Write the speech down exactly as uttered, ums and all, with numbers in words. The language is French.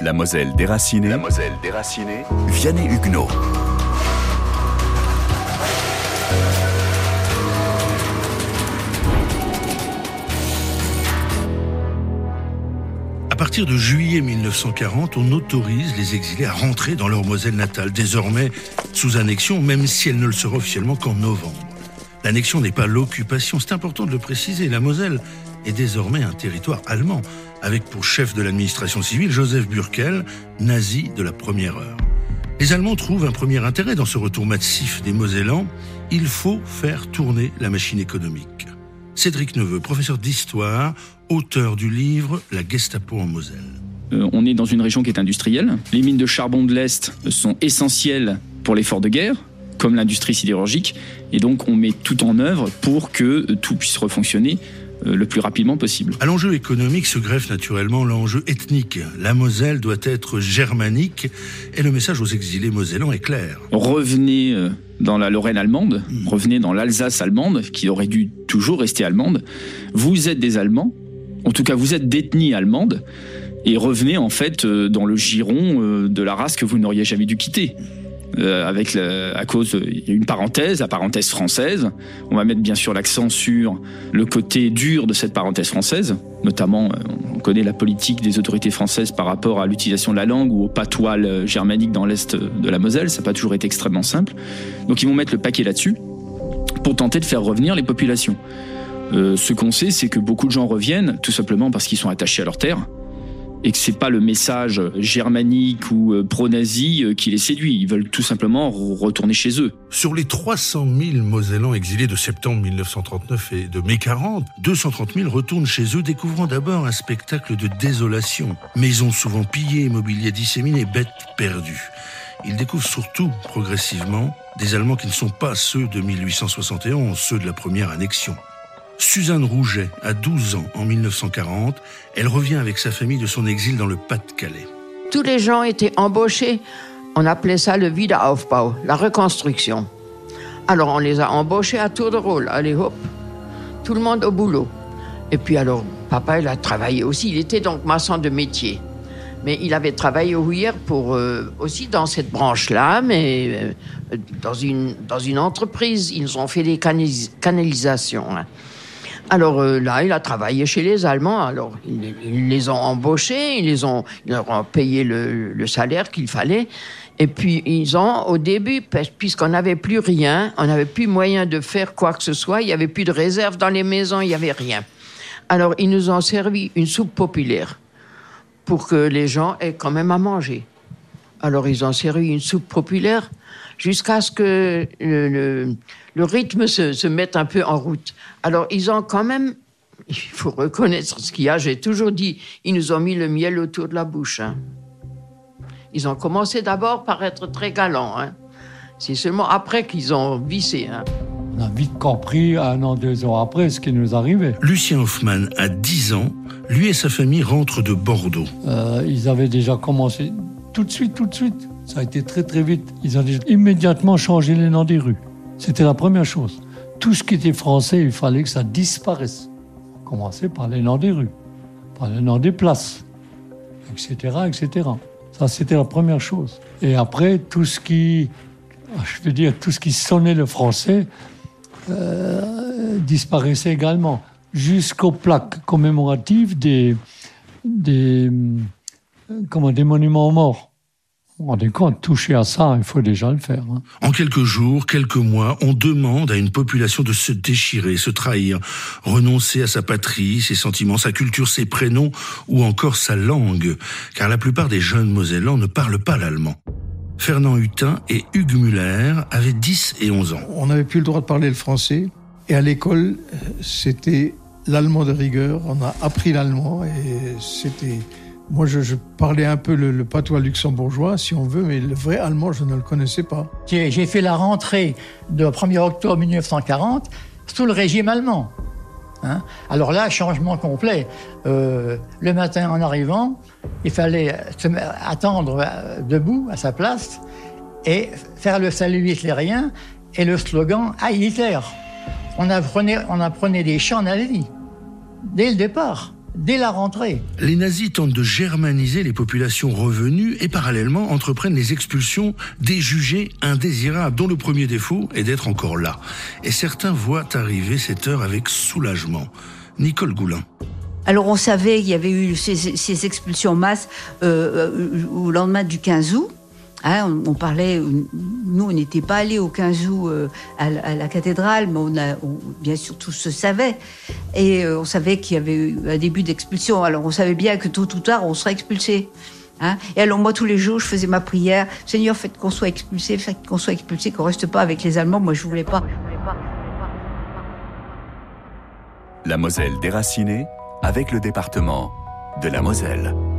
La Moselle déracinée. La Moselle déracinée. Vianney Huguenot. À partir de juillet mille neuf cent quarante, on autorise les exilés à rentrer dans leur Moselle natale, désormais sous annexion, même si elle ne le sera officiellement qu'en novembre. L'annexion n'est pas l'occupation, c'est important de le préciser. La Moselle est désormais un territoire allemand, avec pour chef de l'administration civile Joseph Burkel, nazi de la première heure. Les Allemands trouvent un premier intérêt dans ce retour massif des Mosellans. Il faut faire tourner la machine économique. Cédric Neveu, professeur d'histoire, auteur du livre « La Gestapo en Moselle ». Euh, on est dans une région qui est industrielle. Les mines de charbon de l'Est sont essentielles pour l'effort de guerre, comme l'industrie sidérurgique. Et donc, on met tout en œuvre pour que tout puisse refonctionner euh, le plus rapidement possible. À l'enjeu économique se greffe naturellement l'enjeu ethnique. La Moselle doit être germanique et le message aux exilés mosellans est clair. Revenez euh, dans la Lorraine allemande, mmh. revenez dans l'Alsace allemande, qui aurait dû toujours rester allemande. Vous êtes des Allemands, en tout cas vous êtes d'ethnie allemande, et revenez en fait euh, dans le giron euh, de la race que vous n'auriez jamais dû quitter. Euh, avec la, à cause, il y a une parenthèse, la parenthèse française. On va mettre bien sûr l'accent sur le côté dur de cette parenthèse française, notamment, on connaît la politique des autorités françaises par rapport à l'utilisation de la langue ou au patois germanique dans l'est de la Moselle. Ça n'a pas toujours été extrêmement simple. Donc ils vont mettre le paquet là-dessus pour tenter de faire revenir les populations. Euh, ce qu'on sait, c'est que beaucoup de gens reviennent tout simplement parce qu'ils sont attachés à leur terre, et que c'est pas le message germanique ou pro-nazi qui les séduit. Ils veulent tout simplement retourner chez eux. Sur les trois cent mille Mosellans exilés de septembre mille neuf cent trente-neuf et de mai quarante, deux cent trente mille retournent chez eux, découvrant d'abord un spectacle de désolation. Maisons souvent pillées, mobilier disséminé, bêtes perdues. Ils découvrent surtout, progressivement, des Allemands qui ne sont pas ceux de mille huit cent soixante et onze, ceux de la première annexion. Suzanne Rouget a douze ans en mille neuf cent quarante. Elle revient avec sa famille de son exil dans le Pas-de-Calais. Tous les gens étaient embauchés. On appelait ça le Wiederaufbau, la reconstruction. Alors on les a embauchés à tour de rôle. Allez hop, tout le monde au boulot. Et puis alors, papa, il a travaillé aussi. Il était donc maçon de métier. Mais il avait travaillé au Houillère pour, euh, aussi dans cette branche-là, mais euh, dans, une, dans une entreprise. Ils ont fait des canis- canalisations. Hein. Alors euh, là, il a travaillé chez les Allemands. Alors, ils, ils les ont embauchés, ils, les ont, ils leur ont payé le, le salaire qu'il fallait. Et puis, ils ont, au début, puisqu'on n'avait plus rien, on n'avait plus moyen de faire quoi que ce soit, il n'y avait plus de réserve dans les maisons, il n'y avait rien. Alors, ils nous ont servi une soupe populaire pour que les gens aient quand même à manger. Alors, ils ont servi une soupe populaire jusqu'à ce que le, le, le rythme se, se mette un peu en route. Alors, ils ont quand même, il faut reconnaître ce qu'il y a, j'ai toujours dit, ils nous ont mis le miel autour de la bouche. Hein. Ils ont commencé d'abord par être très galants. Hein. C'est seulement après qu'ils ont vissé. Hein. On a vite compris, un an, deux ans après, ce qui nous arrivait. Lucien Hoffmann a dix ans. Lui et sa famille rentrent de Bordeaux. Euh, ils avaient déjà commencé tout de suite, tout de suite. Ça a été très, très vite. Ils ont immédiatement changé les noms des rues. C'était la première chose. Tout ce qui était français, il fallait que ça disparaisse. On commençait par les noms des rues, par les noms des places, et cetera, et cetera. Ça, c'était la première chose. Et après, tout ce qui, je veux dire, tout ce qui sonnait le français euh, disparaissait également. Jusqu'aux plaques commémoratives des, des, comment, des monuments aux morts. Vous vous rendez compte, toucher à ça, il faut déjà le faire. Hein. En quelques jours, quelques mois, on demande à une population de se déchirer, se trahir, renoncer à sa patrie, ses sentiments, sa culture, ses prénoms ou encore sa langue. Car la plupart des jeunes Mosellans ne parlent pas l'allemand. Fernand Hutin et Hugues Muller avaient dix et onze ans. On n'avait plus le droit de parler le français. Et à l'école, c'était l'allemand de rigueur. On a appris l'allemand et c'était... Moi, je, je parlais un peu le, le patois luxembourgeois, si on veut, mais le vrai allemand, je ne le connaissais pas. J'ai, j'ai fait la rentrée de premier octobre mille neuf cent quarante sous le régime allemand. Hein? Alors là, changement complet. Euh, le matin, en arrivant, il fallait se, attendre debout à sa place et faire le salut hitlérien et le slogan « Heil Hitler ». On apprenait, on apprenait des chants nazis dès le départ. dès la rentrée. Les nazis tentent de germaniser les populations revenues et parallèlement entreprennent les expulsions des jugés indésirables, dont le premier défaut est d'être encore là. Et certains voient arriver cette heure avec soulagement. Nicole Goulin. Alors on savait qu'il y avait eu ces, ces expulsions en masse euh, au lendemain du quinze août. Hein, on, on parlait, nous on n'était pas allés au quinze août euh, à, à la cathédrale, mais on a, on, bien sûr tout se savait. Et euh, on savait qu'il y avait eu un début d'expulsion. Alors on savait bien que tôt ou tard on serait expulsé. Hein. Et alors moi tous les jours je faisais ma prière, Seigneur faites qu'on soit expulsé, faites qu'on soit expulsé, qu'on reste pas avec les Allemands. Moi je voulais pas. La Moselle déracinée avec le département de la Moselle.